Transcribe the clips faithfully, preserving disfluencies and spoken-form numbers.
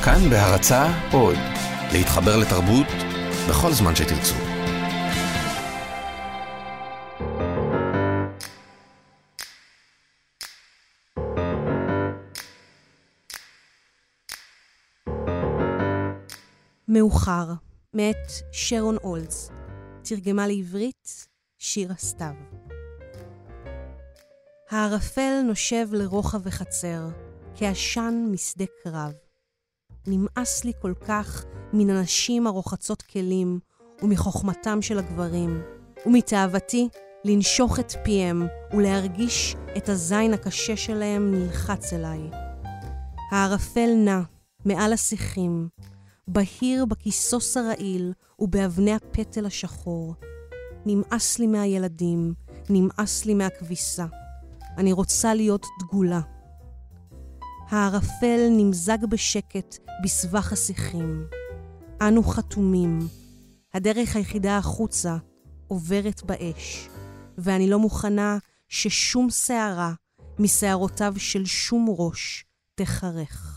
כאן בהרצאה עוד, להתחבר לתרבות בכל זמן שתרצו. מאוחר, מאת שרון אולדס, תרגמה לעברית שירה סתיו. הערפל נושב לרוחב וחצר, כעשן משדה קרב. נמאס לי כל כך מן הנשים הרוחצות כלים, ומחוכמתם של הגברים, ומתאהבתי לנשוך את פיהם ולהרגיש את הזין הקשה שלהם נלחץ אליי. הערפל נע מעל השיחים, בהיר בכיסוס הרעיל ובאבני הפטל השחור. נמאס לי מהילדים, נמאס לי מהכביסה. אני רוצה להיות דגולה. הערפל נמזג בשקט בסבך השיחים. אנו חתומים. הדרך היחידה החוצה עוברת באש, ואני לא מוכנה ששום שערה משערותיו של שום ראש תחרך.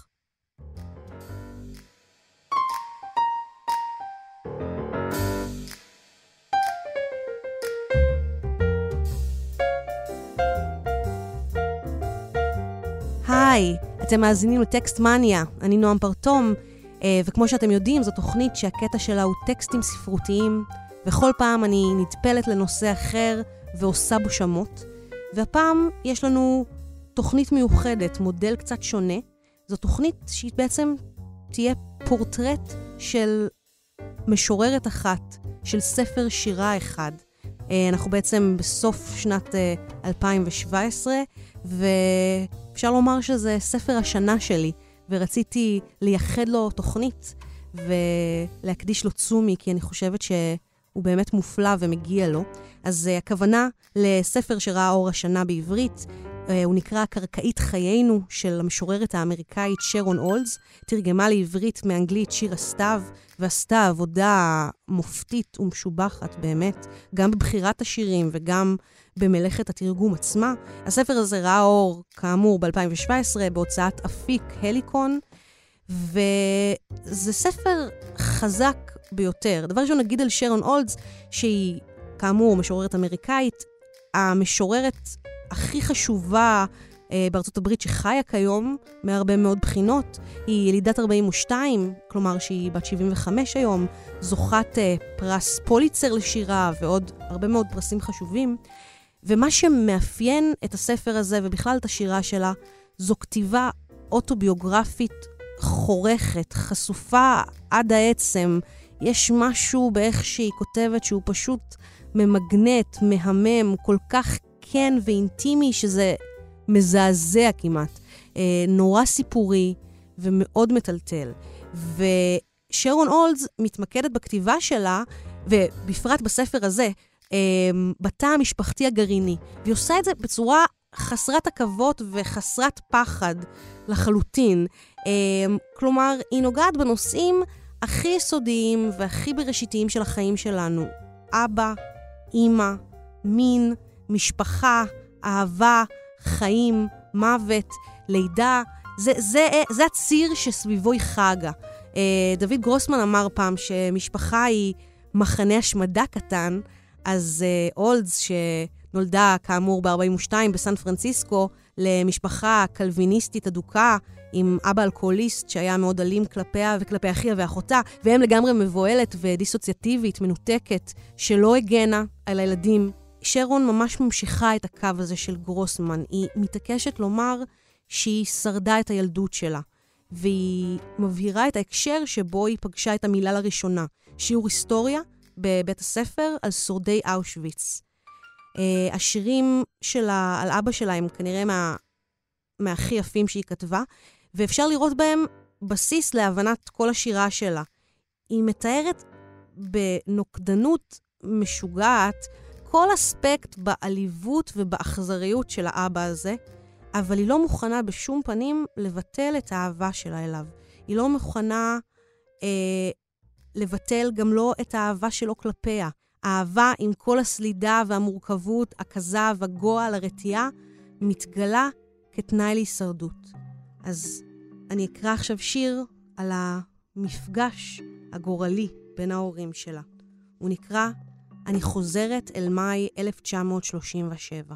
היי, אתם מאזינים לטקסט מניה, אני נועם פרטום, וכמו שאתם יודעים, זו תוכנית שהקטע שלה הוא טקסטים ספרותיים, וכל פעם אני נטפלת לנושא אחר ועושה בו שמות, והפעם יש לנו תוכנית מיוחדת, מודל קצת שונה. זו תוכנית שהיא בעצם תהיה פורטרט של משוררת אחת, של ספר שירה אחד. אנחנו בעצם בסוף שנת אלפיים שבע עשרה, ואפשר לומר שזה ספר השנה שלי, ורציתי לייחד לו תוכנית ולהקדיש לו צומי, כי אני חושבת שהוא באמת מופלא ומגיע לו. אז הכוונה לספר שראה אור השנה בעברית, הוא נקרא קרקעית חיינו של המשוררת האמריקאית שרון אולדס, תרגמה לעברית מאנגלית שירה סתיו, ועשתה עבודה מופתית ומשובחת באמת, גם בבחירת השירים וגם במלאכת התרגום עצמה. הספר הזה ראה אור כאמור ב-אלפיים שבע עשרה בהוצאת אפיק הליקון, וזה ספר חזק ביותר. דבר ראשון נגיד על שרון אולדס, שהיא כאמור משוררת אמריקאית, המשוררת הכי חשובה אה, בארצות הברית שחיה כיום, מהרבה מאוד בחינות. היא ילידת ארבעים ושתיים, כלומר שהיא בת שבעים וחמש היום, זוכת אה, פרס פוליצר לשירה ועוד הרבה מאוד פרסים חשובים. ומה שמאפיין את הספר הזה ובכלל את השירה שלה, זו כתיבה אוטוביוגרפית חורכת, חשופה עד העצם. יש משהו באיך שהיא כותבת שהוא פשוט ממגנט, מהמם, כל כך כן ואינטימי שזה מזעזע כמעט. אה, נורא סיפורי ומאוד מטלטל. ושרון אולדס מתמקדת בכתיבה שלה, ובפרט בספר הזה, אה, בתא המשפחתי הגרעיני. והיא עושה את זה בצורה חסרת עכבות וחסרת פחד לחלוטין. אה, כלומר, היא נוגעת בנושאים הכי יסודיים והכי בראשיתיים של החיים שלנו. אבא, אמא, מין, משפחה, אהבה, חיים, מוות, לידה. זה, זה, זה הציר שסביבו היא חגה. דוד גרוסמן אמר פעם שמשפחה היא מחנה השמדה קטן, אז אולדס שנולדה כאמור ב-ארבעים ושתיים בסן פרנסיסקו, למשפחה קלוויניסטית אדוקה, עם אבא אלכוהוליסט שהיה מאוד אלים כלפיה וכלפי אחיה ואחותה, והם לגמרי מבועלת ודיסוציאטיבית, מנותקת, שלא הגנה על הילדים. שרון ממש ממשיכה את הקו הזה של גרוסמן. היא מתעקשת לומר שהיא שרדה את הילדות שלה, והיא מבהירה את ההקשר שבו היא פגשה את המילה לראשונה. שיעור היסטוריה בבית הספר על שורדי אושוויץ. Uh, השירים שלה, על אבא שלה, הם כנראה מה, מהכי יפים שהיא כתבה, ואפשר לראות בהם בסיס להבנת כל השירה שלה. היא מתארת בנוקדנות משוגעת כל אספקט בעליבות ובאכזריות של האבא הזה, אבל היא לא מוכנה בשום פנים לבטל את האהבה שלה אליו. היא לא מוכנה אה, לבטל גם לא את האהבה שלו כלפיה. האהבה עם כל הסלידה והמורכבות, הכזב, הגועל, הרתיעה, מתגלה כתנאי להישרדות. אז אני אקרא עכשיו שיר על המפגש הגורלי בין ההורים שלה. הוא נקרא אני חוזרת אל מאי אלף תשע מאות שלושים ושבע.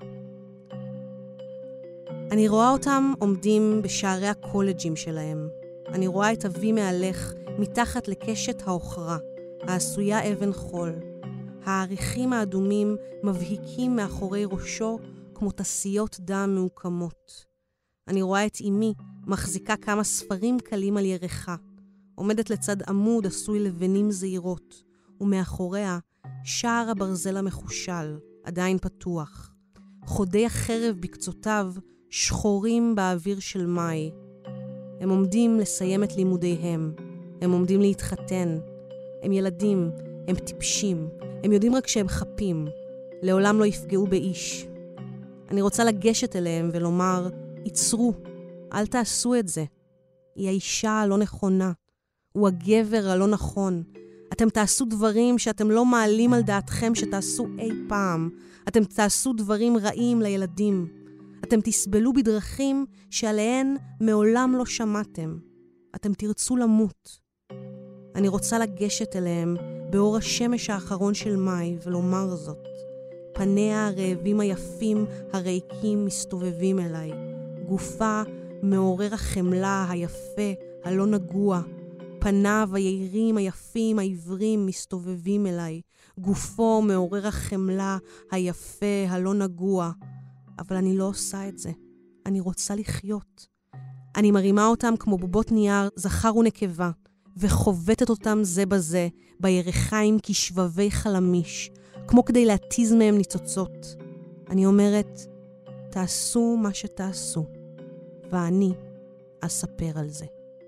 אני רואה אותם עומדים בשערי הקולג'ים שלהם. אני רואה את אבי מהלך מתחת לקשת האוכרה, העשויה אבן חול. העריכים האדומים מבהיקים מאחורי ראשו כמו תסיות דם מעוקמות. אני רואה את אמי מחזיקה כמה ספרים קלים על ירחה, עומדת לצד עמוד עשוי לבנים זעירות, ומאחוריה שער הברזל המחושל, עדיין פתוח. חודי החרב בקצותיו שחורים באוויר של מאי. הם עומדים לסיים את לימודיהם, הם עומדים להתחתן. הם ילדים, הם טיפשים, הם יודעים רק שהם חפים, לעולם לא יפגעו באיש. אני רוצה לגשת אליהם ולומר, עצרו, אל תעשו את זה. היא האישה הלא נכונה, הוא הגבר הלא נכון. אתם תעשו דברים שאתם לא מעלים על דעתכם שתעשו אי פעם. אתם תעשו דברים רעים לילדים. אתם תסבלו בדרכים שעליהן מעולם לא שמעתם. אתם תרצו למות. אני רוצה לגשת אליהם באור השמש האחרון של מאי ולומר זאת. פניה הרעבים היפים הריקים מסתובבים אליי. גופה מעורר החמלה היפה הלא נגוע. פניו היעירים היפים העיוורים מסתובבים אליי. גופו מעורר החמלה היפה הלא נגוע. אבל אני לא עושה את זה. אני רוצה לחיות. אני מרימה אותם כמו בובות נייר, זכר ונקבה, וחובטת אותם זה בזה, בירחיים כשבבי חלמיש, כמו כדי להתיז מהם ניצוצות. אני אומרת, תעשו מה שתעשו, ואני אספר על זה.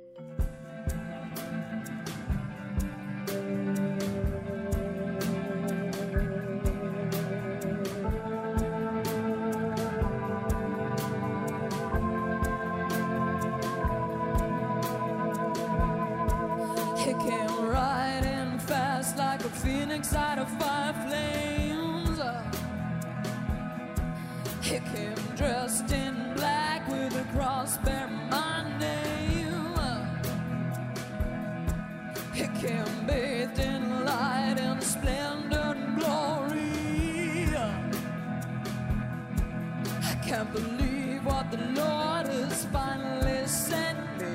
Phoenix out of fire flames. He came dressed in black with a cross bearing my name. He came bathed in light and splendor and glory. I can't believe what the Lord has finally sent me.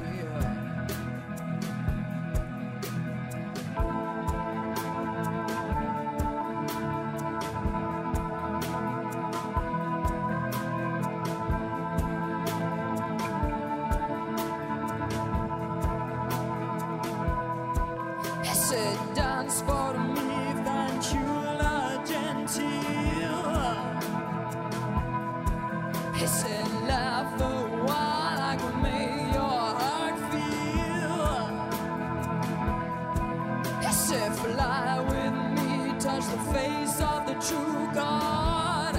Dance for me, Fanchula Gentile. He said, laugh a while, I can make your heart feel. He said, fly with me, touch the face of the true God.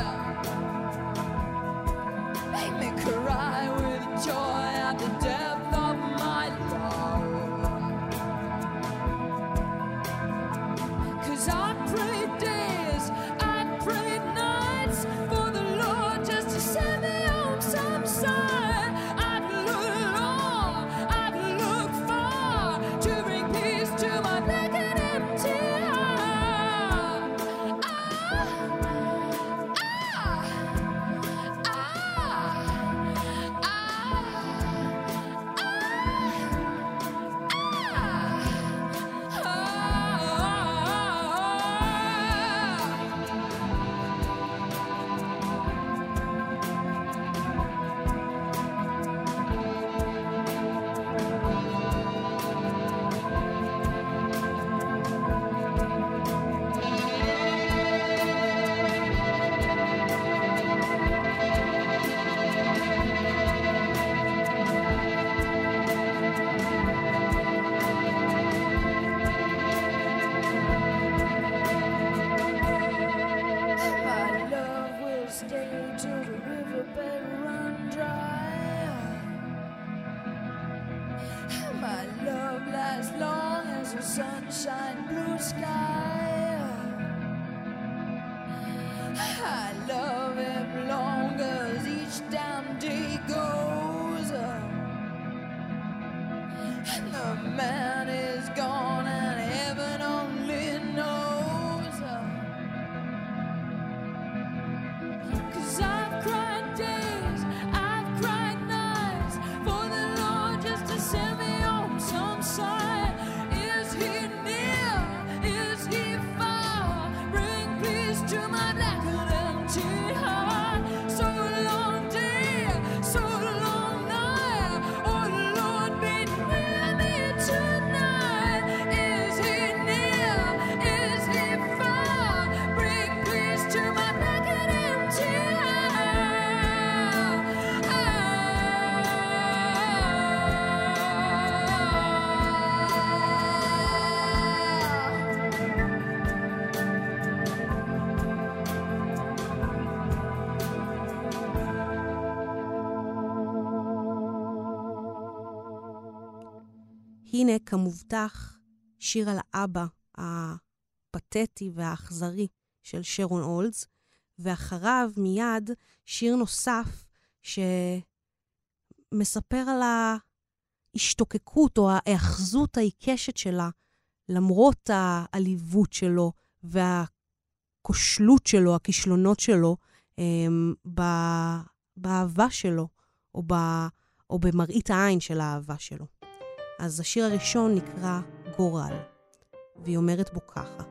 Make me cry with joy at the depth of my love. I prayed days, I prayed nights for the Lord just to send me home some sign. I'd look long, I'd look far to bring peace to my naked empty heart. Ah, ah, ah, sunshine, blue sky. I love him long as each damn day goes. The man is gone and heaven only knows. 'Cause I've cried days, I've cried nights for the Lord just to send me home some sign. Is he near? Is he far? Bring peace to my black and empty heart. So long day, so long night. Oh Lord, be near me tonight. Is he near? Is he far? Bring peace to my black and empty הנה, כמובטח, שיר על האבא הפתטי והאכזרי של שרון אולדס, ואחריו מיד שיר נוסף שמספר על ההשתוקקות או ההאחזות העיקשת שלה, למרות העליבות שלו והכושלות שלו, הכישלונות שלו, באהבה שלו, או, ב, או במראית העין של האהבה שלו. אז השיר הראשון נקרא גורל, והיא אומרת בו ככה: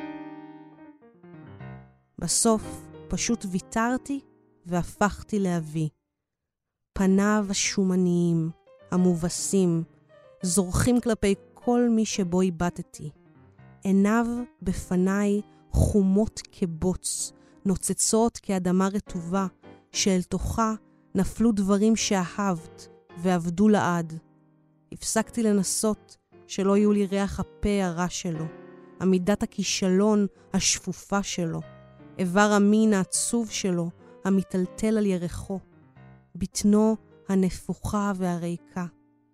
בסוף פשוט ויתרתי והפכתי לאבי. פניו השומניים, המובסים, זורחים כלפי כל מי שבו איבדתי. עיניו בפניי חומות כבוץ, נוצצות כאדמה רטובה, שאל תוכה נפלו דברים שאהבת ועבדו לעד. הפסקתי לנסות שלא יהיו לי ריח הפה הרע שלו, עמידת הכישלון השפופה שלו, איבר המין העצוב שלו המטלטל על ירחו, בטנו הנפוחה והריקה.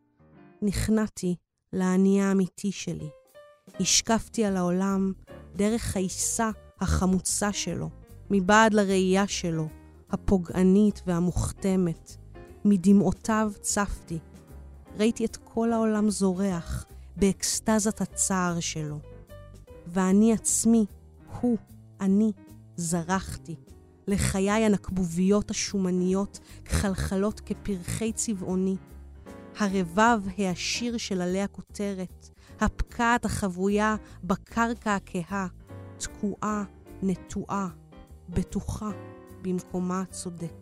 נכנעתי לאני האמיתי שלי, השקפתי על העולם דרך העיסה החמוצה שלו, מבעד לראייה שלו, הפוגענית והמוכתמת. מדמעותיו צפתי, ראיתי את כל העולם זורח באקסטזת הצער שלו. ואני עצמי, הוא, אני, זרחתי. לחיי הנקבוביות השומניות כחלחלות כפרחי צבעוני. הרבב העשיר של עלי הכותרת, הפקעת החבויה בקרקע הכהה, תקועה, נטועה, בטוחה במקומה הצודק.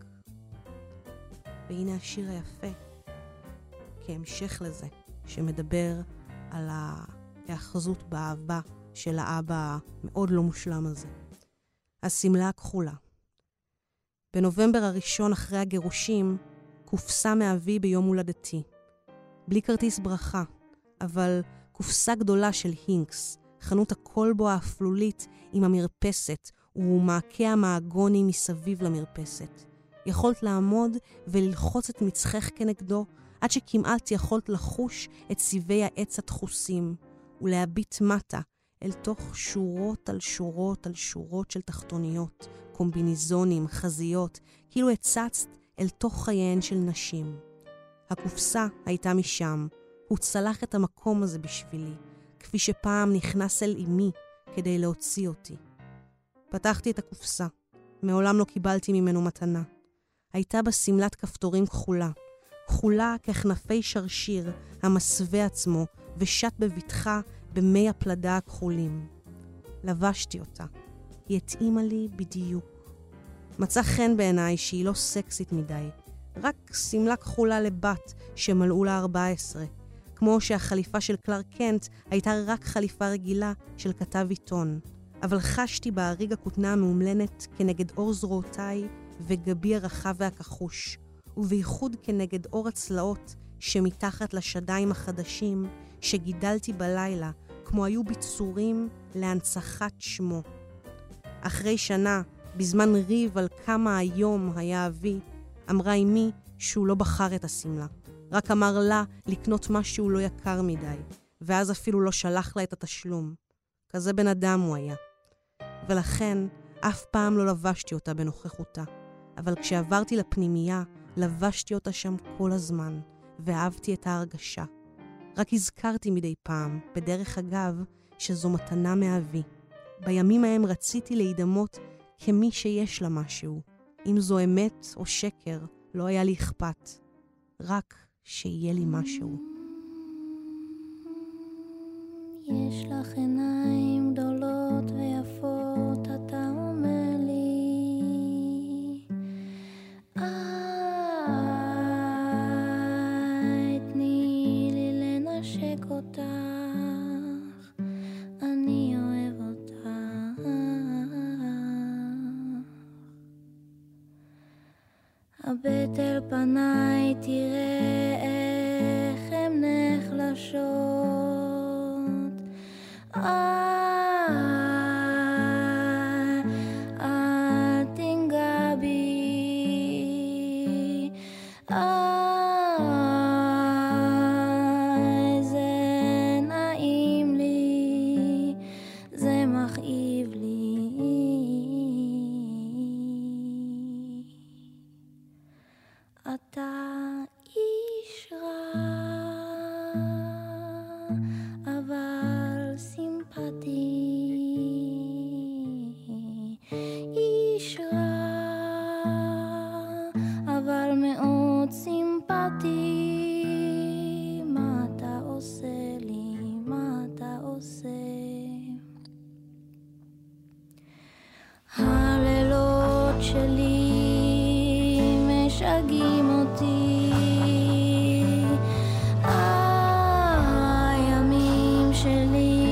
והנה השיר היפה, כהמשך לזה, שמדבר על ההאחזות באהבה של האבא המאוד לא מושלם הזה. הסמלה הכחולה. בנובמבר הראשון אחרי הגירושים, קופסה מאבי ביום הולדתי. בלי כרטיס ברכה, אבל קופסה גדולה של הינקס, חנות הקולבו האפלולית עם המרפסת ומעקה המאגוני מסביב למרפסת. יכולת לעמוד וללחוץ את מצחך כנגדו, עד שכמעט יכולת לחוש את סיבי העץ הדחוסים, ולהביט מטה אל תוך שורות על שורות על שורות של תחתוניות, קומביניזונים, חזיות, כאילו הצצת אל תוך חייהן של נשים. הקופסה הייתה משם, הוא צלח את המקום הזה בשבילי, כפי שפעם נכנס אל אמי כדי להוציא אותי. פתחתי את הקופסה, מעולם לא קיבלתי ממנו מתנה. הייתה בה סמלת כפתורים כחולה, כחולה ככנפי שרשיר המסווה עצמו ושט בבטחה במי הפלדה הכחולים. לבשתי אותה, היא התאימה לי בדיוק. מצא חן בעיניי שהיא לא סקסית מדי, רק סמלה כחולה לבת שמלאו לה ארבע עשרה, כמו שהחליפה של קלארק קנט הייתה רק חליפה רגילה של כתב עיתון, אבל חשתי בהריג הכותנה המאומלנת כנגד אור זרועותיי וגבי הרחב והכחוש, ובייחוד כנגד אור הצלעות שמתחת לשדיים החדשים שגידלתי בלילה, כמו היו ביצורים להנצחת שמו. אחרי שנה, בזמן ריב על כמה היום היה אבי, אמרה אמי שהוא לא בחר את הסמלה. רק אמר לה לקנות משהו לא יקר מדי, ואז אפילו לא שלח לה את התשלום. כזה בן אדם הוא היה. ולכן אף פעם לא לבשתי אותה בנוכחותה. אבל כשעברתי לפנימייה, לבשתי אותה שם כל הזמן, ואהבתי את ההרגשה. רק הזכרתי מדי פעם, בדרך אגב, שזו מתנה מאבי. בימים ההם רציתי להידמות כמי שיש לה משהו. אם זו אמת או שקר, לא היה לי אכפת. רק שיהיה לי משהו. יש לך עיניים גדולות ויפות, אתה אומר לי, איי, תני לי לנשק אותך, אני אוהב אותך. הבט אל פניי, תראה איך הם נחלשות. אל תנגע בי, זה נעים לי, זה מכאיב לי. אתה איש רע, אבל סימפטי, איש רע, אבל מאוד סימפטי. מה אתה עושה לי? מה אתה עושה? הלילות שלי משגעים אותי, הימים שלי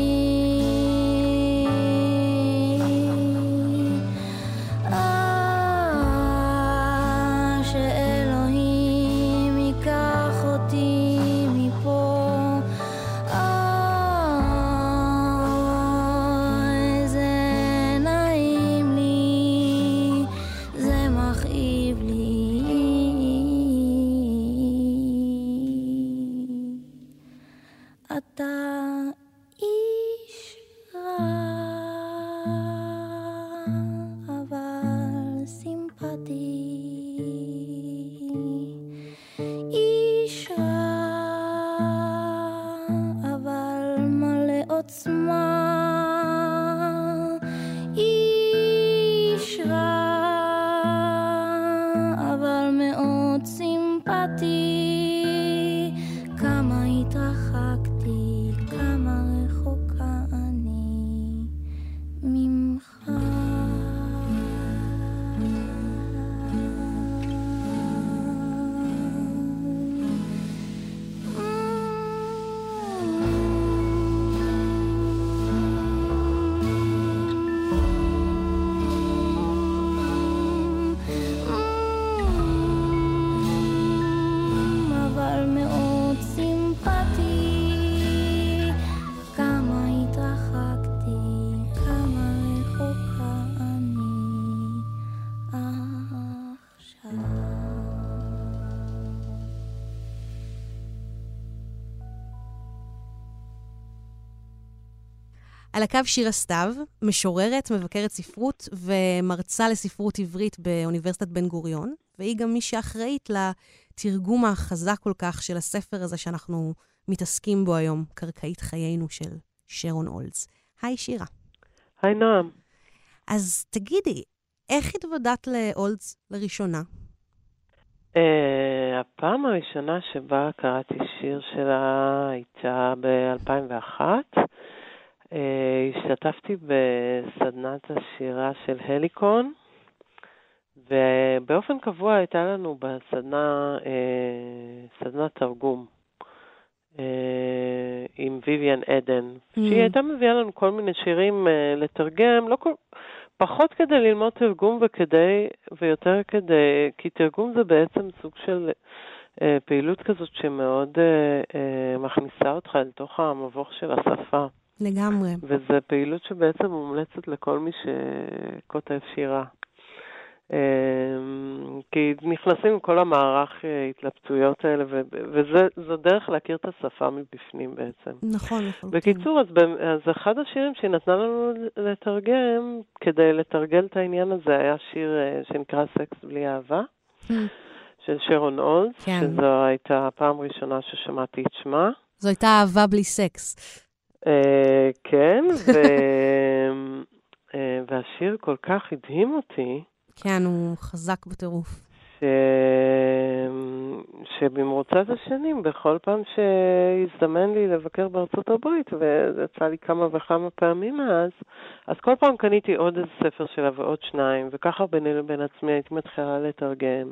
שאלוהים ייקח אותי מפה. זה נעים לי, זה מכאיב לי. אתה איש רע, אבל סימפטי, איש רע, אבל מלא עוצמה, איש רע, אבל מאוד סימפטי. כמה התרחקתי, כמה רחוקה אני ממך. אבל מאוד סימפטי. כמה התרחקתי, כמה רחוקה אני עכשיו. על הקו שירה סתיו, משוררת, מבקרת ספרות ומרצה לספרות עברית באוניברסיטת בן גוריון, והיא גם מי שאחראית לתרגום החזק כל כך של הספר הזה שאנחנו מתעסקים בו היום, קרקעית חיינו של שרון אולדס. היי שירה. היי נועם. אז תגידי, איך התוודעת לאולדס לראשונה? Uh, הפעם הראשונה שבה קראתי שיר שלה הייתה ב-אלפיים ואחת. Uh, השתתפתי בסדנת השירה של הליקון, ובאופן קבוע הייתה לנו בסדנה uh, סדנת תרגום uh, עם ויויאן עדן, mm. שהיא הייתה מביאה לנו כל מיני שירים uh, לתרגם, לא כל... פחות כדי ללמוד תרגום וכדי, ויותר כדי, כי תרגום זה בעצם סוג של אה, פעילות כזאת שמאוד אה, אה, מכניסה אותך אל תוך המבוך של השפה. לגמרי. וזו פעילות שבעצם מומלצת לכל מי שכותב שירה. אה, כי נכנסים עם כל המערך אה, התלבטויות האלה, ו- וזו דרך להכיר את השפה מבפנים בעצם. נכון, נכון. בקיצור, אז, אז אחד השירים שהיא נתנה לנו לתרגם, כדי לתרגל את העניין הזה, היה שיר uh, שנקרא סקס בלי אהבה, של שרון אולדס, כן. שזו הייתה הפעם ראשונה ששמעתי את שמה. זו הייתה אהבה בלי סקס. אה, כן, ו... אה, והשיר כל כך הדהים אותי, כן, הוא חזק בטירוף. ש... שבמרוצת השנים, בכל פעם שהזדמן לי לבקר בארצות הברית, וזה יצא לי כמה וכמה פעמים מאז, אז כל פעם קניתי עוד איזה ספר שלה ועוד שניים, וככה ביני לבין עצמי הייתי מתחילה לתרגם.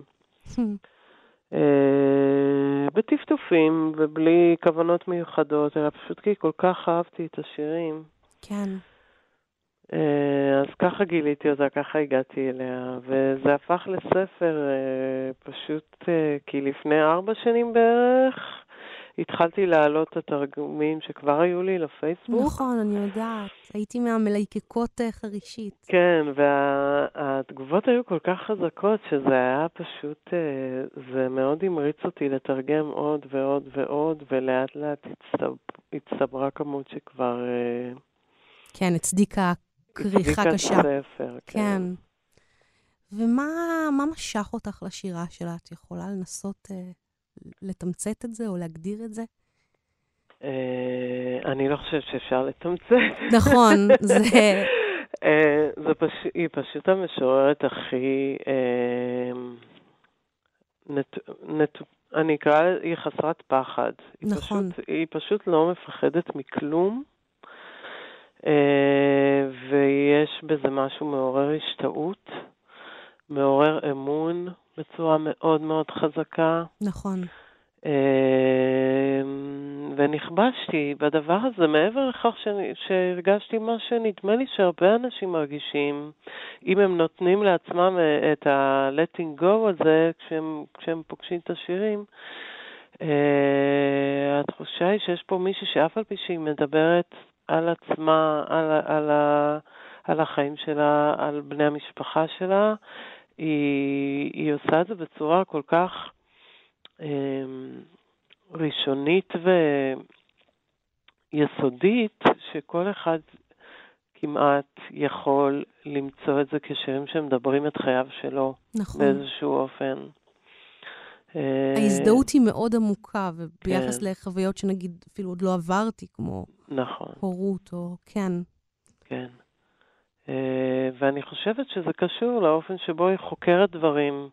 אה, בטפטופים ובלי כוונות מיוחדות, אלא פשוט כי כל כך אהבתי את השירים. כן. אה, אז ככה גיליתי אותה, ככה הגעתי אליה, וזה הפך לספר אה, פשוט אה, כי לפני ארבע שנים בערך התחלתי להעלות את התרגומים שכבר היו לי לפייסבוק. נכון, אני יודעת. הייתי מהמלייקקות אה, חרישית. כן, והתגובות היו כל כך חזקות שזה היה פשוט, אה, זה מאוד המריץ אותי לתרגם עוד ועוד ועוד, ולאט לאט הצטב, הצטברה כמות שכבר אה, כן, הצדיקה כריכה הצדיקה קשה. ספר. כן. ומה מה משך אותך לשירה שלה? את יכולה לנסות אה, לתמצת את זה או להגדיר את זה? אה, אני לא חושבת שאפשר לתמצת. נכון, זה... אה, זה פש... היא פשוט המשוררת הכי... אה, נת... נת... אני אקרא, היא חסרת פחד. היא נכון. פשוט, היא פשוט לא מפחדת מכלום, אה, ויש בזה משהו מעורר השתאות, מעורר אמון בצורה מאוד מאוד חזקה. נכון. אה, ונכבשתי בדבר הזה, מעבר לכך שאני, שהרגשתי מה שנדמה לי שהרבה אנשים מרגישים, אם הם נותנים לעצמם את ה-letting go הזה, כשהם, כשהם פוגשים את השירים, אה, התחושה היא שיש פה מישהי שאף על פי שהיא מדברת על עצמה, על, על, על, על החיים שלה, על בני המשפחה שלה, היא, היא עושה את זה בצורה כל כך אה, ראשונית ויסודית, שכל אחד כמעט יכול למצוא את זה כשירים שמדברים את חייו שלו. נכון. באיזשהו אופן. ההזדהות היא מאוד עמוקה, וביחס כן. לחוויות שנגיד אפילו עוד לא עברתי, כמו נכון. הורות או... כן. כן. אה, ואני חושבת שזה קשור לאופן שבו היא חוקרת דברים.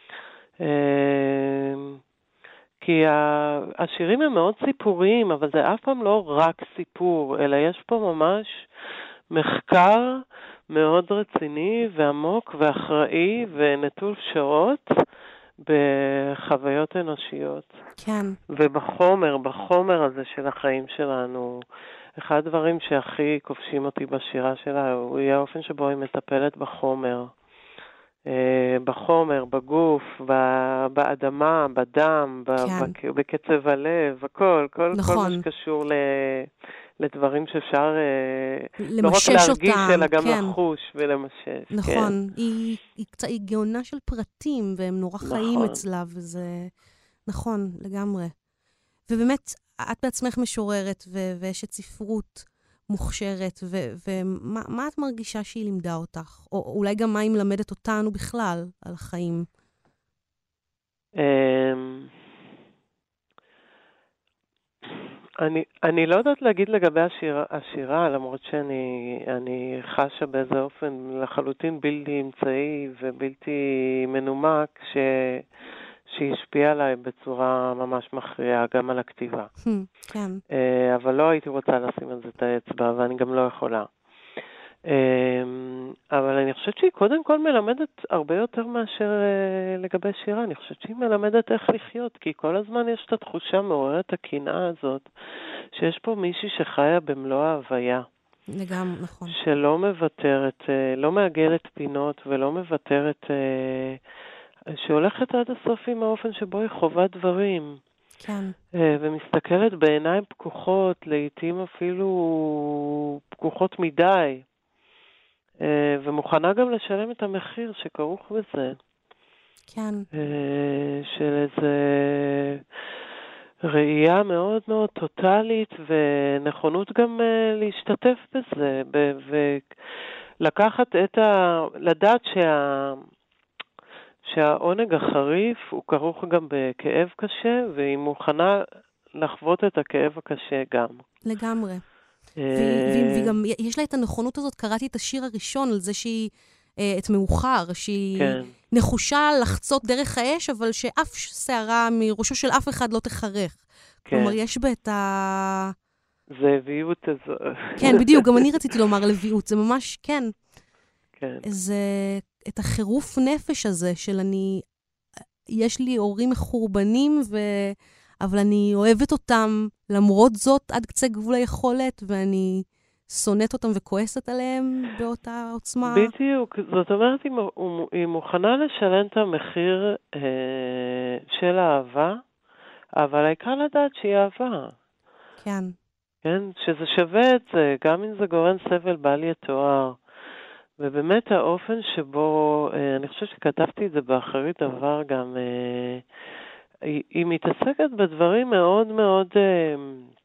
אה, כי השירים הם מאוד סיפוריים, אבל זה אף פעם לא רק סיפור, אלא יש פה ממש מחקר מאוד רציני ועמוק ואחראי ונטול פשרות בחוויות אנושיות. כן. ובחומר, בחומר הזה של החיים שלנו. אחד הדברים שהכי כובשים אותי בשירה שלה הוא יהיה האופן שבו היא מטפלת בחומר. בחומר, בגוף, באדמה, בדם, כן. בקצב הלב, הכל, כל, נכון. כל מה שקשור ל, לדברים שאפשר לא רק למשש להרגיש, אותם, אלא גם כן. לחוש ולמשש. נכון, כן. היא, היא, קצת- היא גאונה של פרטים, והם נורא חיים נכון. אצלה, וזה נכון, לגמרי. ובאמת, את בעצמך משוררת ו- ואשת ספרות מוכשרת, ו- ומה מה את מרגישה שהיא לימדה אותך? או אולי גם מה היא מלמדת אותנו בכלל על החיים? אמ, אני, אני לא יודעת להגיד לגבי השירה, השירה, למרות שאני אני חשה באיזה אופן לחלוטין בלתי אמצעי ובלתי מנומק, ש, שהשפיע עליי בצורה ממש מכריעה, גם על הכתיבה. כן, אה, אבל לא הייתי רוצה לשים על זה את האצבע, ואני גם לא יכולה. אה, אבל אני חושבת שהיא קודם כל מלמדת הרבה יותר מאשר אה, לגבי שירה. אני חושבת שהיא מלמדת איך לחיות, כי כל הזמן יש את התחושה מעוררת הקנאה הזאת, שיש פה מישהי שחיה במלוא ההוויה. לגמרי, נכון. שלא מוותרת, אה, לא מעגלת פינות ולא מוותרת, אה, שהולכת עד הסוף עם האופן שבו היא חובה דברים. כן, ומסתכלת בעיניים פקוחות, לעתים אפילו פקוחות מדי, ומוכנה גם לשלם את המחיר שכרוך בזה. כן, של איזה ראייה מאוד מאוד טוטלית, ונכונות גם להשתתף בזה, ולקחת את ה... לדעת שה... שהעונג החריף הוא כרוך גם בכאב קשה, והיא מוכנה לחוות את הכאב הקשה גם. לגמרי. אה, וגם יש לה את הנכונות הזאת, קראתי את השיר הראשון על זה שהיא, אה, את מאוחר, שהיא כן. נחושה לחצות דרך האש, אבל שאף שערה מראשו של אף אחד לא תחרך. כן. כלומר, יש בה את ה... זה הביאות הזו. כן, בדיוק, גם אני רציתי לומר לביאות, זה ממש, כן. כן. זה את החירוף נפש הזה של אני, יש לי הורים מחורבנים, ו... אבל אני אוהבת אותם למרות זאת עד קצה גבול היכולת, ואני שונאת אותם וכועסת עליהם באותה עוצמה. בדיוק, זאת אומרת, היא, היא מוכנה לשלם את המחיר אה, של האהבה, אבל העיקר לדעת שהיא אהבה. כן. כן, שזה שווה את זה, גם אם זה גורם סבל בל יתואר. ובאמת האופן שבו, אה, אני חושבת שכתבתי את זה באחרית דבר גם, אה, היא, היא מתעסקת בדברים מאוד מאוד, אה,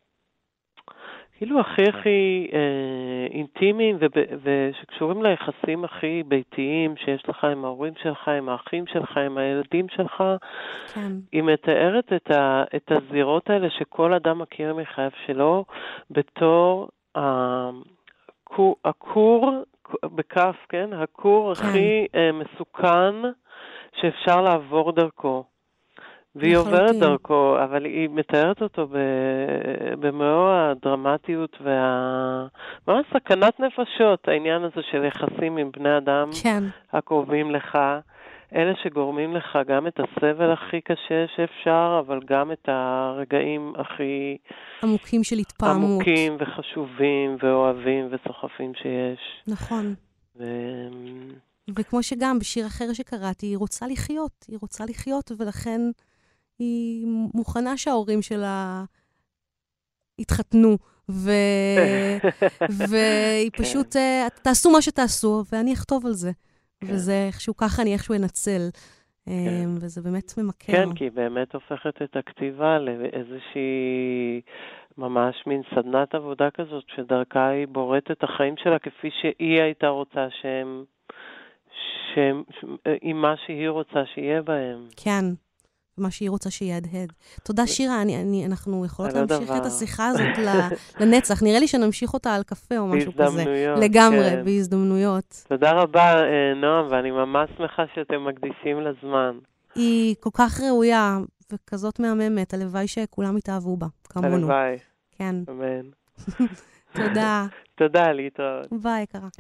כאילו הכי הכי אה, אינטימיים וב, ושקשורים ליחסים הכי ביתיים שיש לך עם ההורים שלך, עם האחים שלך, עם הילדים שלך. כן. היא מתארת את, ה, את הזירות האלה שכל אדם מכיר מחייו שלו בתור הכור, הכור בכף, כן? הכור כן. הכי אה, מסוכן שאפשר לעבור דרכו. והיא לחלוטין. עוברת דרכו, אבל היא מתארת אותו במאו הדרמטיות וה... ממש סכנת נפשות, העניין הזה של יחסים עם בני אדם כן. הקרובים לך, אלה שגורמים לך גם את הסבל הכי קשה שאפשר, אבל גם את הרגעים הכי עמוקים של התפעמות. עמוקים וחשובים ואוהבים וסוחפים שיש. נכון. ו... וכמו שגם בשיר אחר שקראתי, היא רוצה לחיות, היא רוצה לחיות, ולכן היא מוכנה שההורים שלה יתחתנו, ו... והיא כן. פשוט, uh, תעשו מה שתעשו, ואני אכתוב על זה. כן. וזה איכשהו ככה, אני איכשהו אנצל. כן. Um, וזה באמת ממכר. כן, כי היא באמת הופכת את הכתיבה לאיזושהי ממש מין סדנת עבודה כזאת, שדרכה היא בוראת את החיים שלה כפי שהיא הייתה רוצה שהם, שהם, עם מה שהיא רוצה שיהיה בהם. כן, מה שהיא רוצה שיהדהד. תודה שירה, אני, אני, אנחנו יכולות על להמשיך הדבר. את השיחה הזאת ל- לנצח. נראה לי שנמשיך אותה על קפה או משהו כזה. בהזדמנויות, לגמרי, כן. בהזדמנויות. תודה רבה, אה, נועם, ואני ממש שמחה שאתם מקדישים לזמן. היא כל כך ראויה וכזאת מהממת, הלוואי שכולם יתאהבו בה, כמונו. הלוואי, כן. אמן. תודה. תודה, להתראות. ביי, יקרה.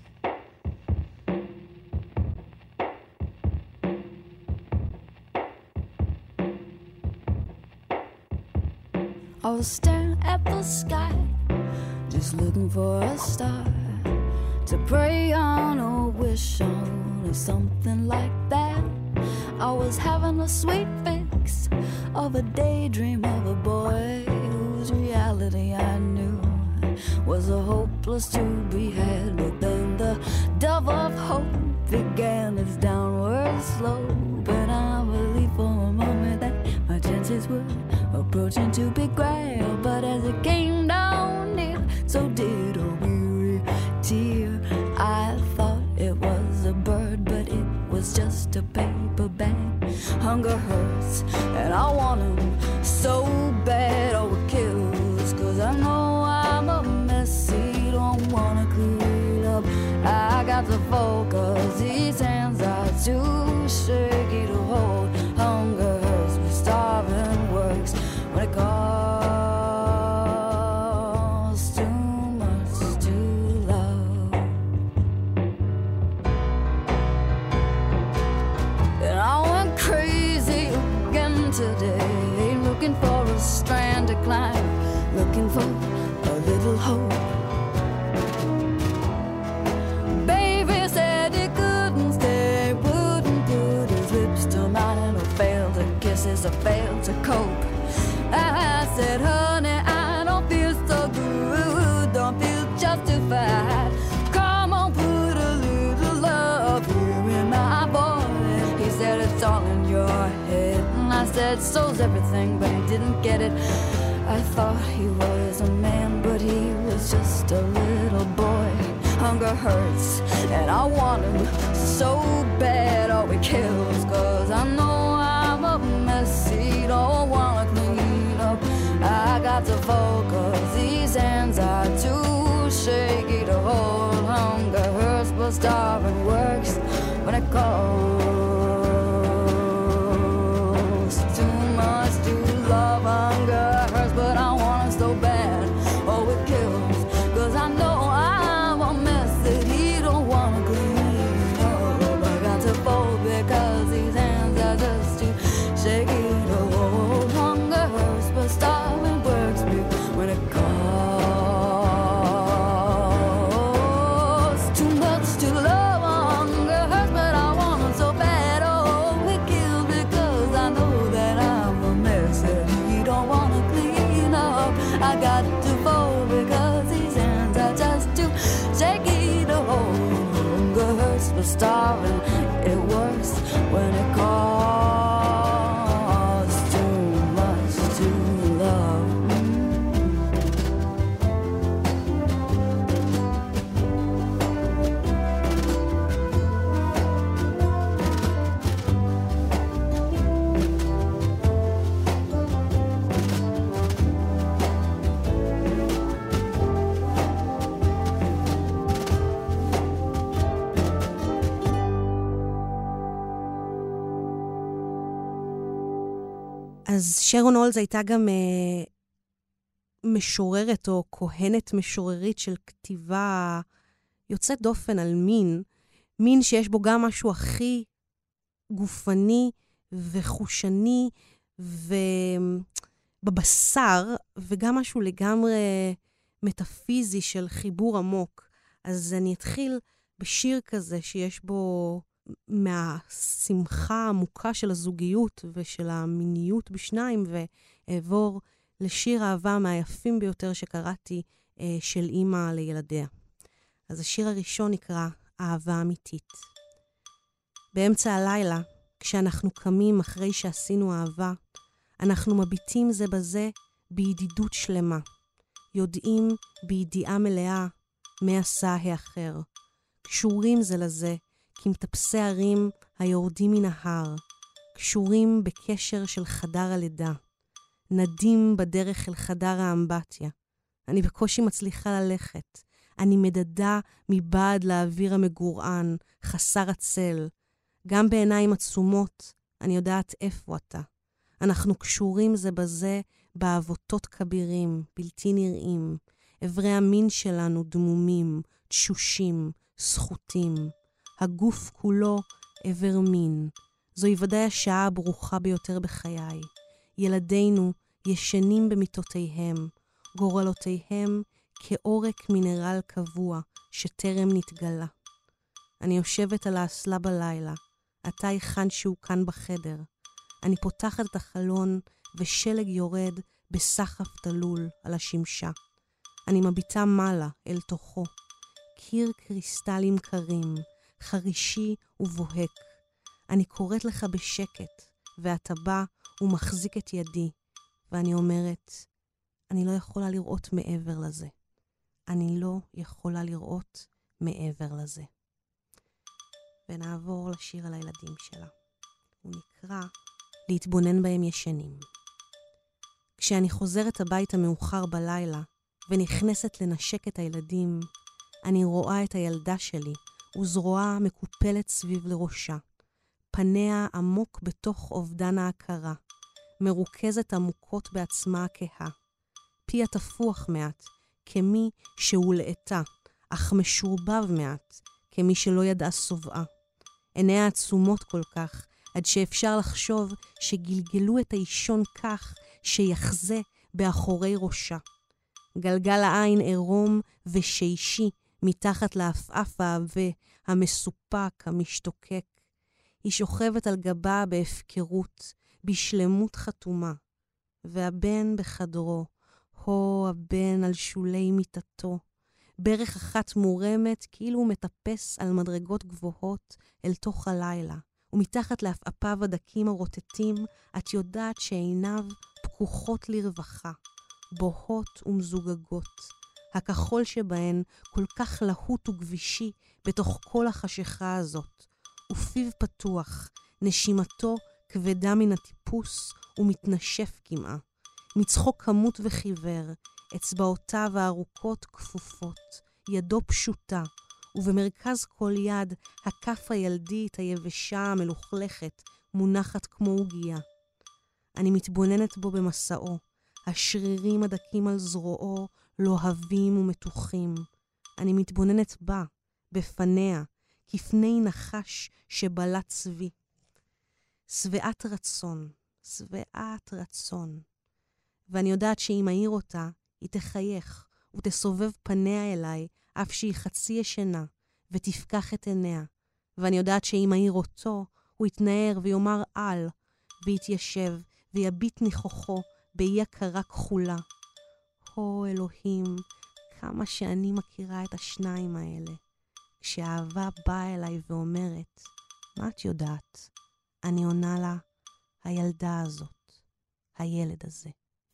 I was staring at the sky, just looking for a star to pray on or wish on or something like that. I was having a sweet fix of a daydream of a boy whose reality I knew was a hopeless to be had. But then the dove of hope began its downward slope, and I believed for a moment that my chances were approaching to be grabbed. But as it came down near, so did a weary tear. I thought it was a bird, but it was just a paper bag. Hunger hurts, and I want him so bad. Oh, it kills, 'cause I know I'm a mess he don't wanna clean up. I got to focus, these hands are too shaky to hold. Hunger hurts, but starving works when it costs too much to love. And I went crazy again today, looking for a strand to climb, looking for a little hope. Baby said he couldn't stay, wouldn't put his lips to mine, or fail to kisses, or fail to cope. I said, honey, I don't feel so good, don't feel justified. Come on, put a little love here in my voice. He said, it's all in your head. And I said, so's everything, but he didn't get it. I thought he was a man, but he was just a little boy. Hunger hurts, and I want him so bad. Oh, it kills, 'cause I know I'm a mess he don't wanna clean up. got to focus. These hands are too shaky to hold. Hunger hurts, but starving works when it calls. Too much to love. Hunger hurts, but I want it so bad. Oh, it kills, 'cause I know I'm a mess that he don't want to clean up. I got to fold because these hands are just too shaky to hold. Hunger hurts, but starving works me when it calls. Too much to love. Hunger hurts, but I want it so bad. Oh, it kills because I know that I'm a mess that he don't want to clean up. I got to fold because these hands are just too shaky to hold. Hunger hurts, but starving it works when it calls. Too much to love. אז שרון הולמס הייתה גם אה, משוררת או כהנת משוררית של כתיבה יוצאת דופן על מין, מין שיש בו גם משהו הכי גופני וחושני ובבשר, וגם משהו לגמרי מטאפיזי של חיבור עמוק. אז אני אתחיל בשיר כזה שיש בו מהשמחה העמוקה של הזוגיות ושל המיניות בשניים, ועבור לשיר אהבה מהיפים ביותר שקראתי, של אימא לילדיה. אז השיר הראשון נקרא אהבה אמיתית. באמצע הלילה, כשאנחנו קמים אחרי שעשינו אהבה, אנחנו מביטים זה בזה בידידות שלמה. יודעים בידיעה מלאה מה עשה האחר. קשורים זה לזה כמטפסי הרים היורדים מן ההר. קשורים בקשר של חדר הלידה. נדים בדרך אל חדר האמבטיה. אני בקושי מצליחה ללכת. אני מדדה מבעד לאוויר המגורען, חסר הצל. גם בעיניים עצומות, אני יודעת איפה אתה. אנחנו קשורים זה בזה בעבותות כבירים, בלתי נראים. עברי המין שלנו דמומים, תשושים, זכותים. הגוף כולו עבר מין. זוהי ודאי השעה הברוכה ביותר בחיי. ילדינו ישנים במיטותיהם, גורלותיהם כאורק מינרל קבוע שטרם נתגלה. אני יושבת על האסלה בלילה, אתה היכן שהוא כאן בחדר. אני פותחת את החלון ושלג יורד בסחף תלול על השמשה. אני מביטה מעלה אל תוכו. קיר קריסטלים קרים, חרישי ובוהק. אני קוראת לך בשקט, ואתה בא ומחזיק את ידי, ואני אומרת, אני לא יכולה לראות מעבר לזה. אני לא יכולה לראות מעבר לזה. ונעבור לשיר על הילדים שלה. הוא נקרא להתבונן בהם ישנים. כשאני חוזרת הביתה מאוחר בלילה, ונכנסת לנשק את הילדים, אני רואה את הילדה שלי, וזרועה מקופלת סביב לראשה. פניה עמוק בתוך אובדן ההכרה, מרוכזת עמוקות בעצמה הכהה. פיה תפוח מעט, כמי שהולאתה, אך משורבב מעט, כמי שלא ידעה סובעה. עיניה עצומות כל כך, עד שאפשר לחשוב שגלגלו את האישון כך שיחזה באחורי ראשה. גלגל העין עירום ושישי מתחת לאפאף העבה, המסופק, המשתוקק. היא שוכבת על גבה בהפקרות, בשלמות חתומה. והבן בחדרו, הו הבן על שולי מיטתו. ברך אחת מורמת כאילו הוא מטפס על מדרגות גבוהות אל תוך הלילה. ומתחת לאפאפיו הדקים הרוטטים, את יודעת שעיניו פקוחות לרווחה, בוהות ומזוגגות. הכחול שבהן כל כך להוט וגבישי בתוך כל החשיכה הזאת. ופיו פתוח, נשימתו כבדה מן הטיפוס ומתנשף כמעה. מצחוק כמות וחיוור, אצבעותיו הארוכות כפופות, ידו פשוטה, ובמרכז כל יד הכף הילדית היבשה המלוכלכת מונחת כמו עוגיה. אני מתבוננת בו במסעו, השרירים הדקים על זרועו לוהבים ומתוחים. אני מתבוננת בה, בפניה, כפני נחש שבלט צבי. שבעת רצון, שבעת רצון. ואני יודעת שאם אעיר אותה, היא תחייך ותסובב פניה אליי, אף שהיא חצי ישנה, ותפקח את עיניה. ואני יודעת שאם אעיר אותו, הוא יתנער ויאמר על, ויתיישב ויביט ניחוחו באי הכרה כחולה. הו אלוהים, כמה שאני מכירה את השניים האלה. כשאהבה באה אליי ואומרת, מה את יודעת? אני עונה לה, הילדה הזאת, הילד הזה.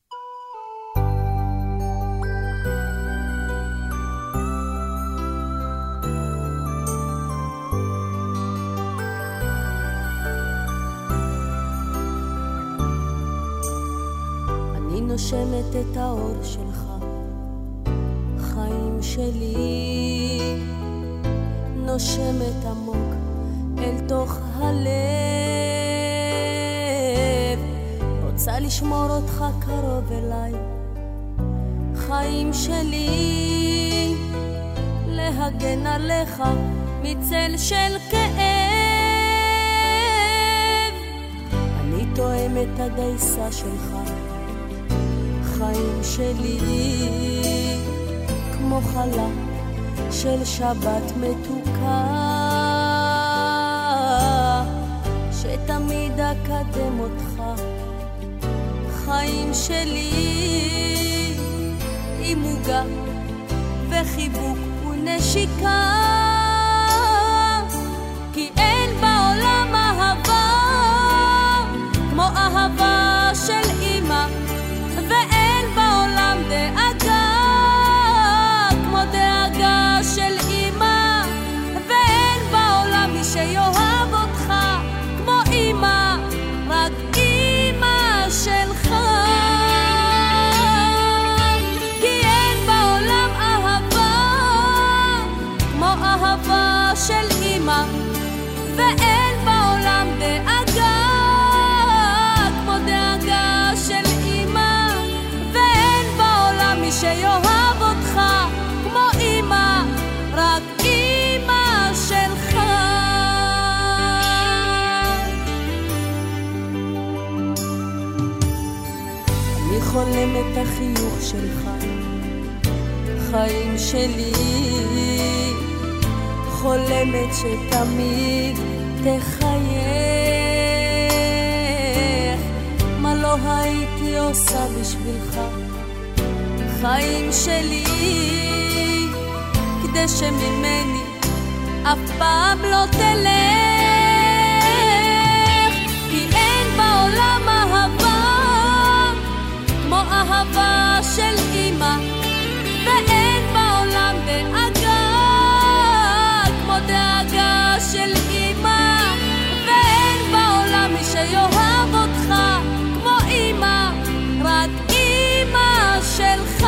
אני נושמת את האור שלך, חיים שלי, נושמת עמוק אל תוך הלב, רוצה לשמור אותך קרוב אליי, חיים שלי, להגן עליך מצל של כאב. אני תואם את הדייסה שלך, חיים שלי, כמו חלה של שבת מתוקה, שתמיד אקדם אותך, חיים שלי, עם מוגע וחיבוק ונשיקה, כי אין בעולם אהבה כמו אהבה של אמא, ואין בעולם דאגה כמו דאגה של אמא, ואין בעולם מי שיאהב אותך כמו אמא, רק אמא שלך. כי אין בעולם אהבה כמו אהבה של אמא, ואין בעולם דאגה כמו דאגה של אמא, ואין בעולם מי שיאהב אותך כמו אמא, רק אמא שלך. אני חולם את החיוך שלך, חיים שלי, חולמת שתמיד תחייך, מה לא הייתי עושה בשבילך, חיים שלי, כדי שממני אף פעם לא תלך, כי אין בעולם אהבה כמו אהבה של אמא, ואין בעולם דאגה כמו דאגה של אמא, ואין בעולם מי שיאהב אותך כמו אמא, רק אמא שלך.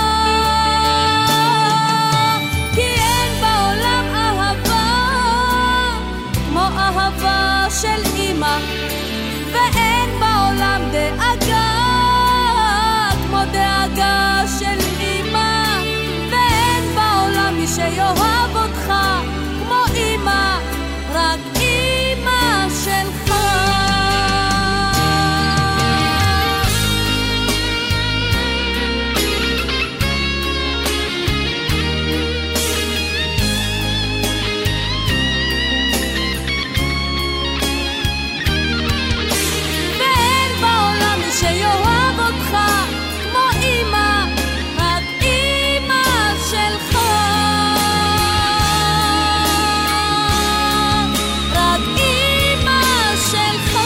כי אין בעולם אהבה כמו אהבה של אמא, ואין בעולם דאגה כמו דאגה של אמא, ואין בעולם מי שיאהב אותך כמו אמא, רק אמא שלך. ואין בעולם מי שיאהב אותך כמו אמא, רק אמא שלך. רק אמא שלך.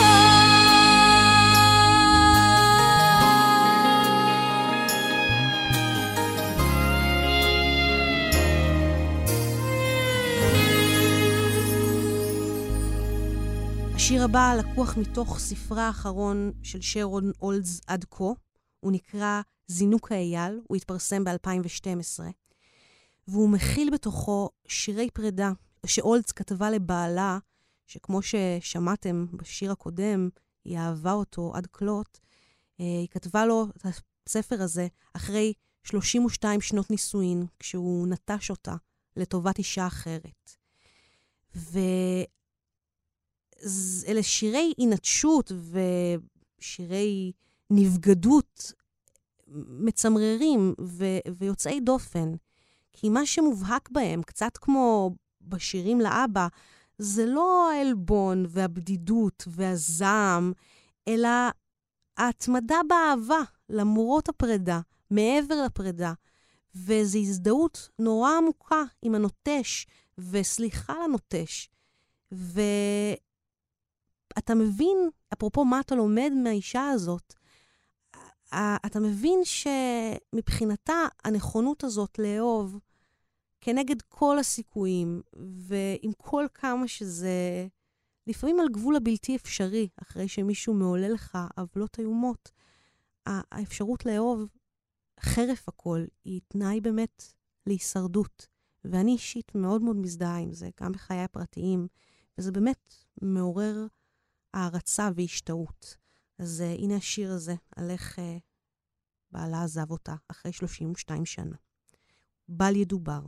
השיר הבא לקוח מתוך ספרה האחרון של שרון אולדס עד כה, הוא נקרא זינוק האייל, הוא התפרסם ב-אלפיים ושתים עשרה, והוא מכיל בתוכו שירי פרידה, שאולדס כתבה לבעלה, שכמו ששמעתם בשיר הקודם, היא אהבה אותו עד כלות, היא כתבה לו את הספר הזה אחרי שלושים ושתיים שנות נישואין, כשהוא נטש אותה לטובת אישה אחרת. ואלה שירי אינטשות ושירי נבגדות מצמררים ו- ויוצאי דופן, כי מה שמובהק בהם, קצת כמו בשירים לאבא, זה לא העלבון והבדידות והזעם, אלא ההתמדה באהבה, למרות הפרידה, מעבר לפרידה. וזו הזדהות נורא עמוקה עם הנוטש, וסליחה לנוטש. ואתה מבין, אפרופו מה אתה לומד מהאישה הזאת, אתה מבין שמבחינתה הנכונות הזאת לאהוב, כנגד כל הסיכויים, ועם כל כמה שזה לפעמים על גבול הבלתי אפשרי, אחרי שמישהו מעולה לך עוולות איומות, האפשרות לאהוב חרף הכל היא תנאי באמת להישרדות. ואני אישית מאוד מאוד מזדהה עם זה, גם בחיי הפרטיים, וזה באמת מעורר הערצה והשתאות. אז uh, הנה השיר הזה, על איך uh, בעלה עזב אותה אחרי שלושים ושתיים שנה. בל ידובר.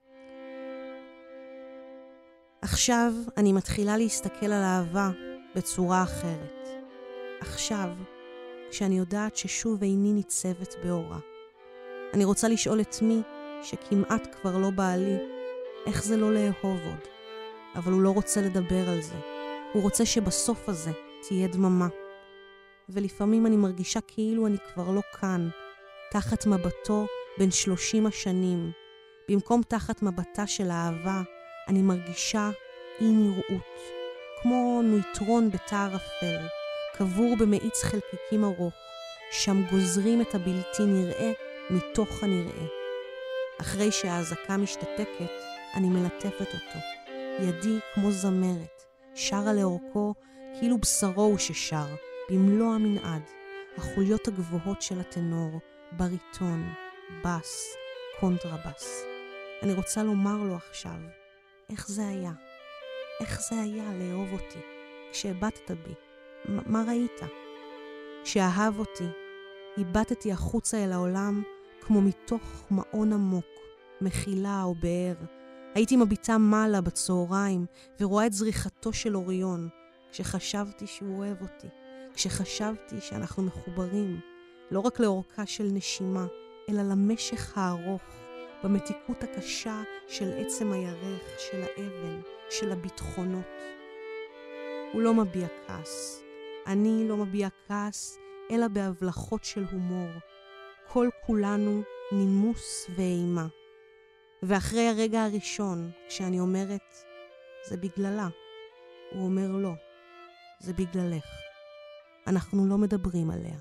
עכשיו אני מתחילה להסתכל על אהבה בצורה אחרת. עכשיו, כשאני יודעת ששוב איני ניצבת באורה. אני רוצה לשאול את מי שכמעט כבר לא בעלי, איך זה לא לאהוב עוד. אבל הוא לא רוצה לדבר על זה. הוא רוצה שבסוף הזה תהיה דממה. ולפעמים אני מרגישה כאילו אני כבר לא כאן, תחת מבטו בין שלושים השנים. במקום תחת מבטה של האהבה, אני מרגישה אי נראות, כמו נויטרון בתא ערפל, קבור במאיץ חלקיקים ארוך, שם גוזרים את הבלתי נראה מתוך הנראה. אחרי שההזקה משתתקת, אני מלטפת אותו. ידי כמו זמרת, שרה לאורכו כאילו בשרו הוא ששר, במלוא המנעד, החוליות הגבוהות של הטנור, בריטון, בס, קונטרבס. אני רוצה לומר לו עכשיו, איך זה היה? איך זה היה לאהוב אותי? כשהבטת בי, מה, מה ראית? כשאהב אותי, הבטתי החוצה אל העולם כמו מתוך מעון עמוק, מחילה או באר. הייתי מביטה מעלה בצהריים ורואה את זריחתו של אוריון, כשחשבתי שהוא אוהב אותי, כשחשבתי שאנחנו מחוברים, לא רק לאורכה של נשימה, אלא למשך הארוך, במתיקות הקשה של עצם הירך, של האבן, של הביטחונות. הוא לא מביע כעס. אני לא מביע כעס, אלא בהבלחות של הומור. כל כולנו נימוס ואימה. ואחרי הרגע הראשון, כשאני אומרת, זה בגללה, הוא אומר לא, זה בגללך. אנחנו לא מדברים עליה.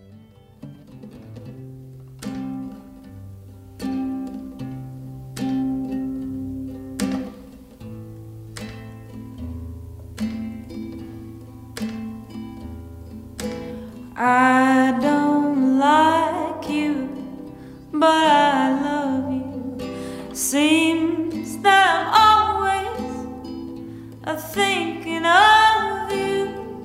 I don't like you, but I love you. Seems that I'm always a thinking of you.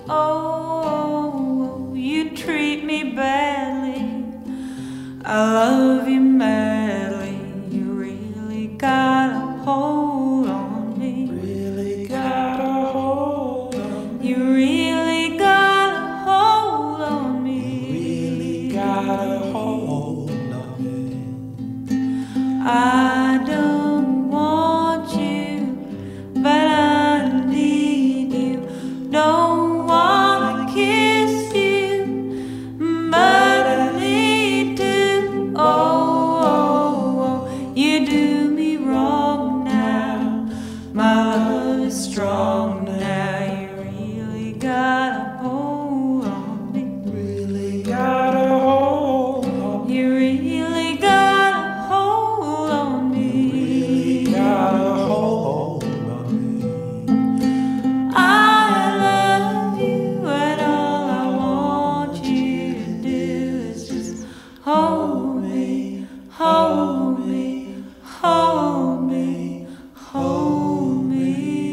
Oh, you treat me badly. I love you madly. You really got a hold on me. Really got a hold on me. You really got a hold on me. Really got a hold on me. I don't want you, but I need you. Don't wanna kiss you, but I need to. Oh, oh, oh, you do me wrong now. My love is strong now. You really got a hold on me. Really got a hold on me. You really got a hold on me. hold me, hold me, hold me.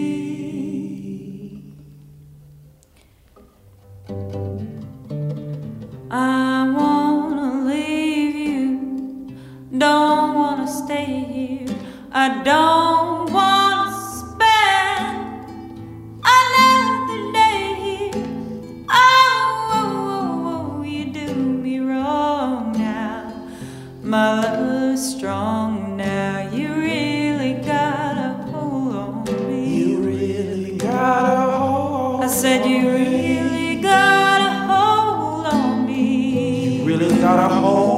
I wanna leave you, don't wanna stay here. I don't wanna spend another day here. Oh, oh, oh, oh, you do me wrong now. My love is strong now. You really got a hold on me. You really got a hold. I said you really got a hold on me. You really got a hold.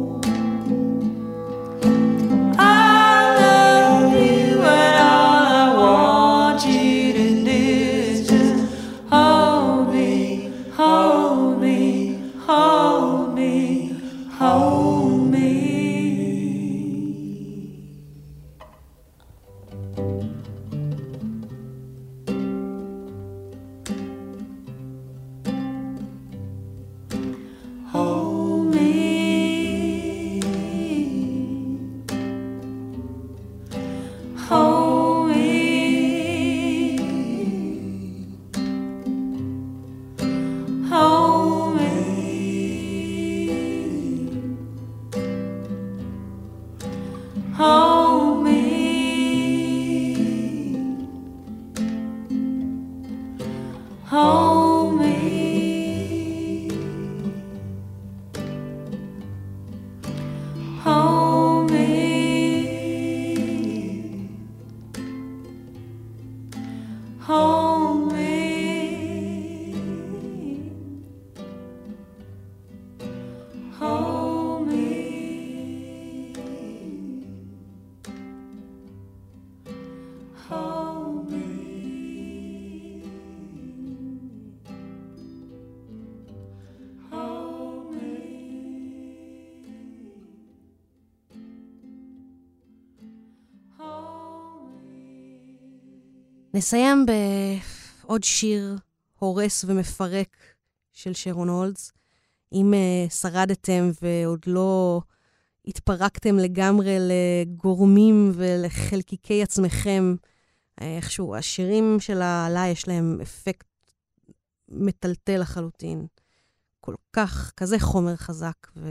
נסיים בעוד שיר הורס ומפרק של שרון הולדס. אם uh, שרדתם ועוד לא התפרקתם לגמרי לגורמים ולחלקיקי עצמכם, איכשהו, השירים שלה, לה יש להם אפקט מטלטל לחלוטין. כל כך, כזה חומר חזק, ו...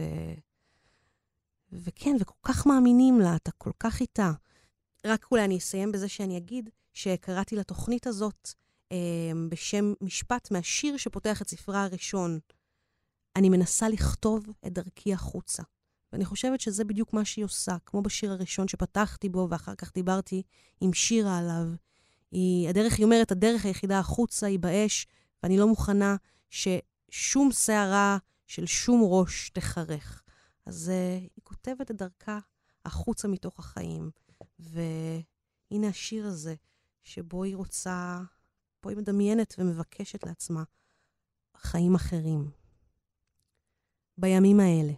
וכן, וכל כך מאמינים לה, אתה כל כך איתה. רק אולי אני אסיים בזה שאני אגיד, שקראתי לתוכנית הזאת אה, בשם משפט מהשיר שפותח את ספרה הראשון. אני מנסה לכתוב את דרכי החוצה. ואני חושבת שזה בדיוק מה שהיא עושה, כמו בשיר הראשון שפתחתי בו, ואחר כך דיברתי עם שירה עליו. היא, הדרך, היא אומרת, הדרך היחידה החוצה היא באש, ואני לא מוכנה ששום שערה של שום ראש תחרך. אז uh, היא כותבת את דרכה החוצה מתוך החיים. והנה השיר הזה, שבו היא רוצה, בו היא מדמיינת ומבקשת לעצמה חיים אחרים. בימים האלה.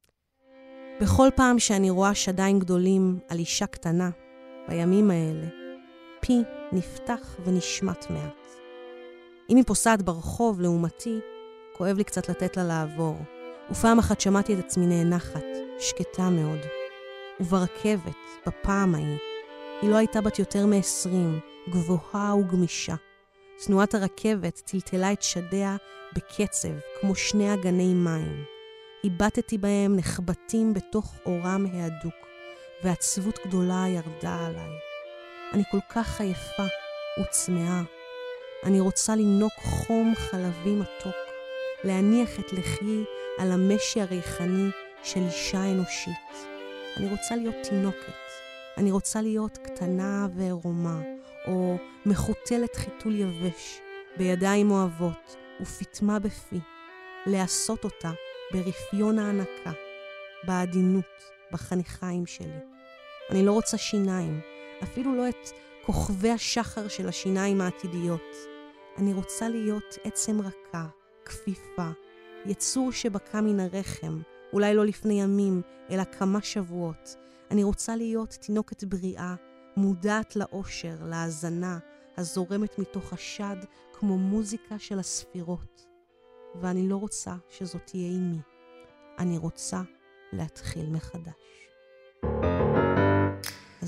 בכל פעם שאני רואה שדיים גדולים על אישה קטנה, בימים האלה, פי נפתח ונשמט מעט. אם היא פוסעת ברחוב לעומתי, כואב לי קצת לתת לה לעבור. ופעם אחת שמעתי את עצמי נאנחת, שקטה מאוד. וברכבת, בפעם ההיא, היא לא הייתה בת יותר מעשרים, גבוהה וגמישה. תנועת הרכבת טלטלה את שדיה בקצב, כמו שני אגני מים. היבטתי בהם נחבטים בתוך אורם ההדוק, ועצבות גדולה ירדה עליי. אני כל כך עייפה וצמאה. אני רוצה לנוק חום חלבי מתוק, להניח את לחי על המשי הריחני של אישה אנושית. אני רוצה להיות תינוקת. אני רוצה להיות קטנה וערומה, או מחוטלת חיתול יבש, בידיים אוהבות ופתמה בפי, לעשות אותה ברפיון הענקה, בעדינות, בחניכיים שלי. אני לא רוצה שיניים, אפילו לא את כוכבי השחר של השיניים העתידיות. אני רוצה להיות עצם רכה, כפיפה, יצור שבקע מן הרחם, אולי לא לפני ימים, אלא כמה שבועות. אני רוצה להיות תינוקת בריאה, מודעת לאושר, להזנה, הזורמת מתוך השד כמו מוזיקה של הספירות. ואני לא רוצה שזאת תהיה אימי. אני רוצה להתחיל מחדש.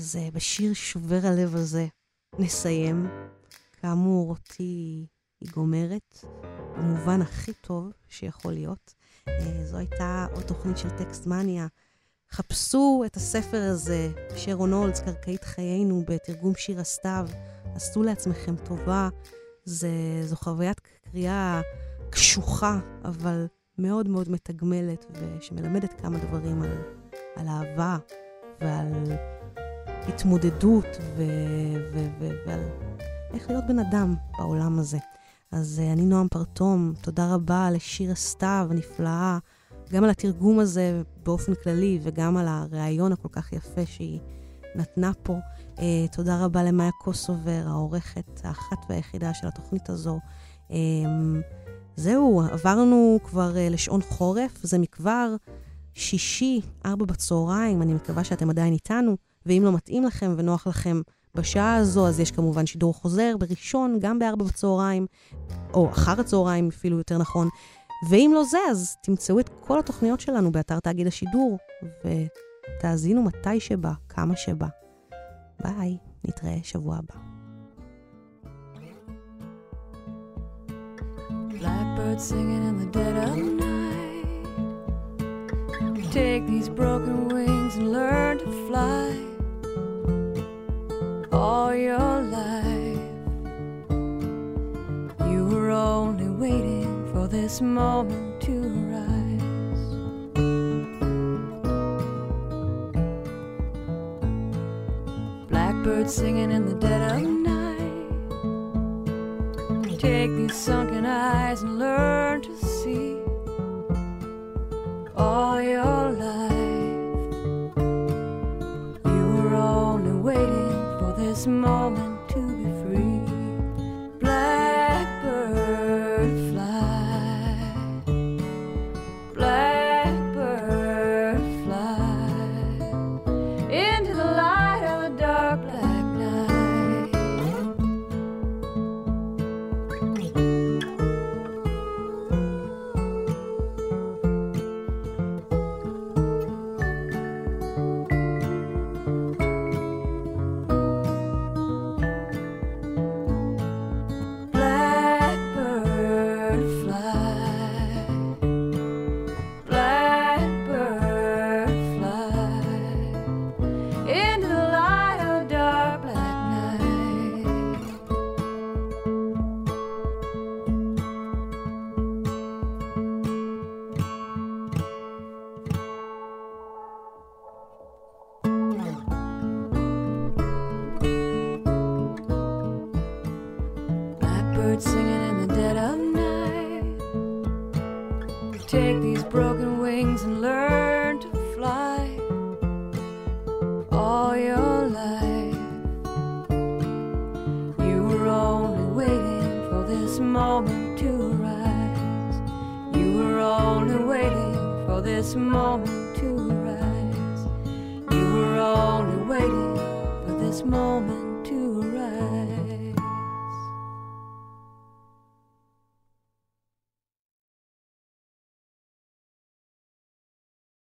אז uh, בשיר שובר הלב הזה נסיים. כאמור, אותי היא גומרת, במובן הכי טוב שיכול להיות. Uh, זו הייתה עוד תוכנית של טקסט מניה. חפשו את הספר הזה, שרון הולדס, קרקעית חיינו, בתרגום שיר הסתיו. עשו לעצמכם טובה. זה, זו חוויית קריאה קשוחה, אבל מאוד מאוד מתגמלת, ושמלמדת כמה דברים על, על אהבה ועל התמודדות ו, ו, ו, ועל איך להיות בן אדם בעולם הזה. אז אני נועם פרטום, תודה רבה לשיר הסתיו הנפלאה, גם על התרגום הזה באופן כללי, וגם על הרעיון הכל כך יפה שהיא נתנה פה. Uh, תודה רבה למאיה קוסובר, העורכת האחת והיחידה של התוכנית הזו. Um, זהו, עברנו כבר uh, לשעון חורף, זה מכבר שישי, ארבע בצהריים, אני מקווה שאתם עדיין איתנו, ואם לא מתאים לכם ונוח לכם בשעה הזו, אז יש כמובן שידור חוזר בראשון, גם בארבע בצהריים, או אחר הצהריים אפילו יותר נכון, ואם לא זה, אז תמצאו את כל התוכניות שלנו באתר תאגיד השידור, ותאזינו מתי שבא, כמה שבא. ביי, נתראה שבוע הבא. Blackbird singing in the dead of night. Take these broken wings and learn to fly. All your life you were only waiting for this moment to rise. Blackbird singing in the dead of night. Take these sunken eyes and learn to see. All your life you were only waiting for this moment to be free. Blackbird fly, blackbird fly into the light of the dark black night. Blackbird fly, blackbird fly into the light of the dark black night. Blackbird singing in the dead of night. Take these broken wings and learn to fly. All your life you were only waiting for this moment to rise. You were only waiting for this moment to rise. You were only waiting for this moment